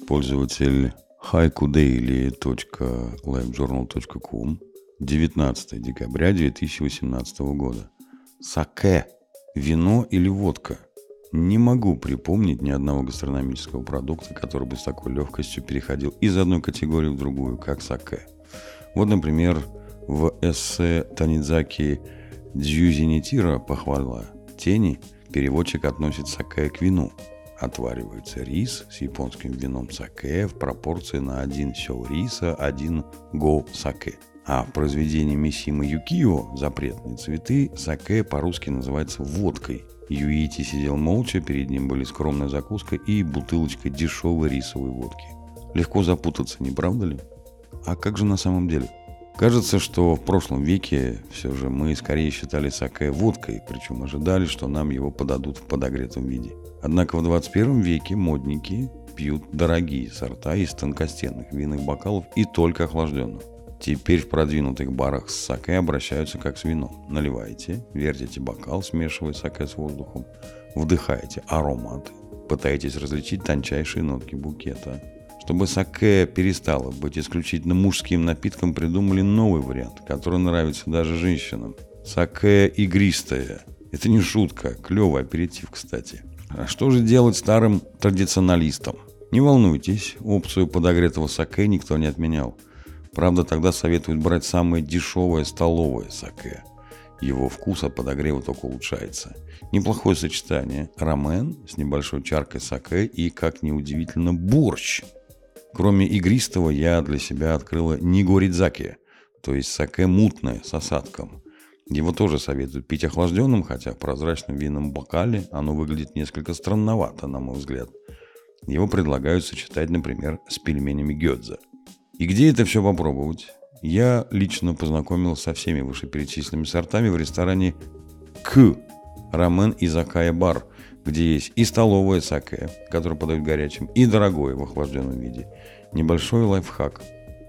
Пользователь haikudaily.livejournal.com 19 декабря 2018 года. Саке. Вино или водка? Не могу припомнить ни одного гастрономического продукта, который бы с такой легкостью переходил из одной категории в другую, как саке. Вот, например, в эссе Танидзаки Дзюзинитира «Похвала тени» переводчик относит саке к вину. Отваривается рис с японским вином саке в пропорции на 1 сё риса, 1 го саке. А в произведении Мисима Юкио «Запретные цветы» саке по-русски называется водкой. Юити сидел молча, перед ним были скромная закуска и бутылочка дешевой рисовой водки. Легко запутаться, не правда ли? А как же на самом деле? Кажется, что в прошлом веке все же мы скорее считали саке водкой, причем ожидали, что нам его подадут в подогретом виде. Однако в 21 веке модники пьют дорогие сорта из тонкостенных винных бокалов и только охлажденных. Теперь в продвинутых барах с саке обращаются как с вином. Наливаете, вертите бокал, смешивая саке с воздухом, вдыхаете ароматы, пытаетесь различить тончайшие нотки букета. Чтобы саке перестало быть исключительно мужским напитком, придумали новый вариант, который нравится даже женщинам. Саке игристое. Это не шутка, клевый аперитив, кстати. А что же делать старым традиционалистам? Не волнуйтесь, опцию подогретого саке никто не отменял. Правда, тогда советуют брать самое дешевое столовое саке. Его вкус от подогрева только улучшается. Неплохое сочетание. Рамен с небольшой чаркой саке и, как ни удивительно, борщ. Кроме игристого, я для себя открыла нигоридзаки, то есть саке мутное с осадком. Его тоже советуют пить охлажденным, хотя в прозрачном винном бокале оно выглядит несколько странновато, на мой взгляд. Его предлагают сочетать, например, с пельменями гёдза. И где это все попробовать? Я лично познакомился со всеми вышеперечисленными сортами в ресторане К. Рамен Изакая Бар, где есть и столовое саке, которое подают горячим, и дорогое в охлажденном виде. Небольшой лайфхак.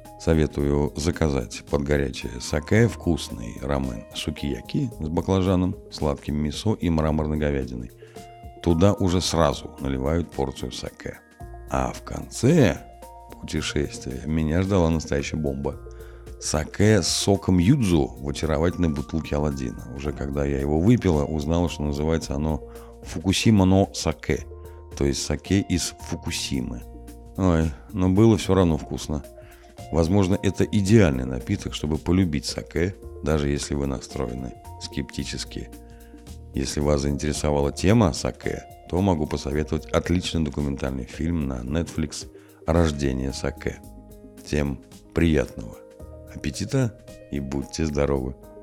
Советую заказать под горячее саке вкусный рамен сукияки с баклажаном, сладким мисо и мраморной говядиной. Туда уже сразу наливают порцию саке. А в конце путешествия меня ждала настоящая бомба. Саке с соком юдзу в очаровательной бутылке Аладдина. Уже когда я его выпила, узнала, что называется оно Фукусима но саке, то есть саке из Фукусимы. Ой, но было все равно вкусно. Возможно, это идеальный напиток, чтобы полюбить саке, даже если вы настроены скептически. Если вас заинтересовала тема саке, то могу посоветовать отличный документальный фильм на Netflix «Рождение саке». Всем приятного аппетита и будьте здоровы!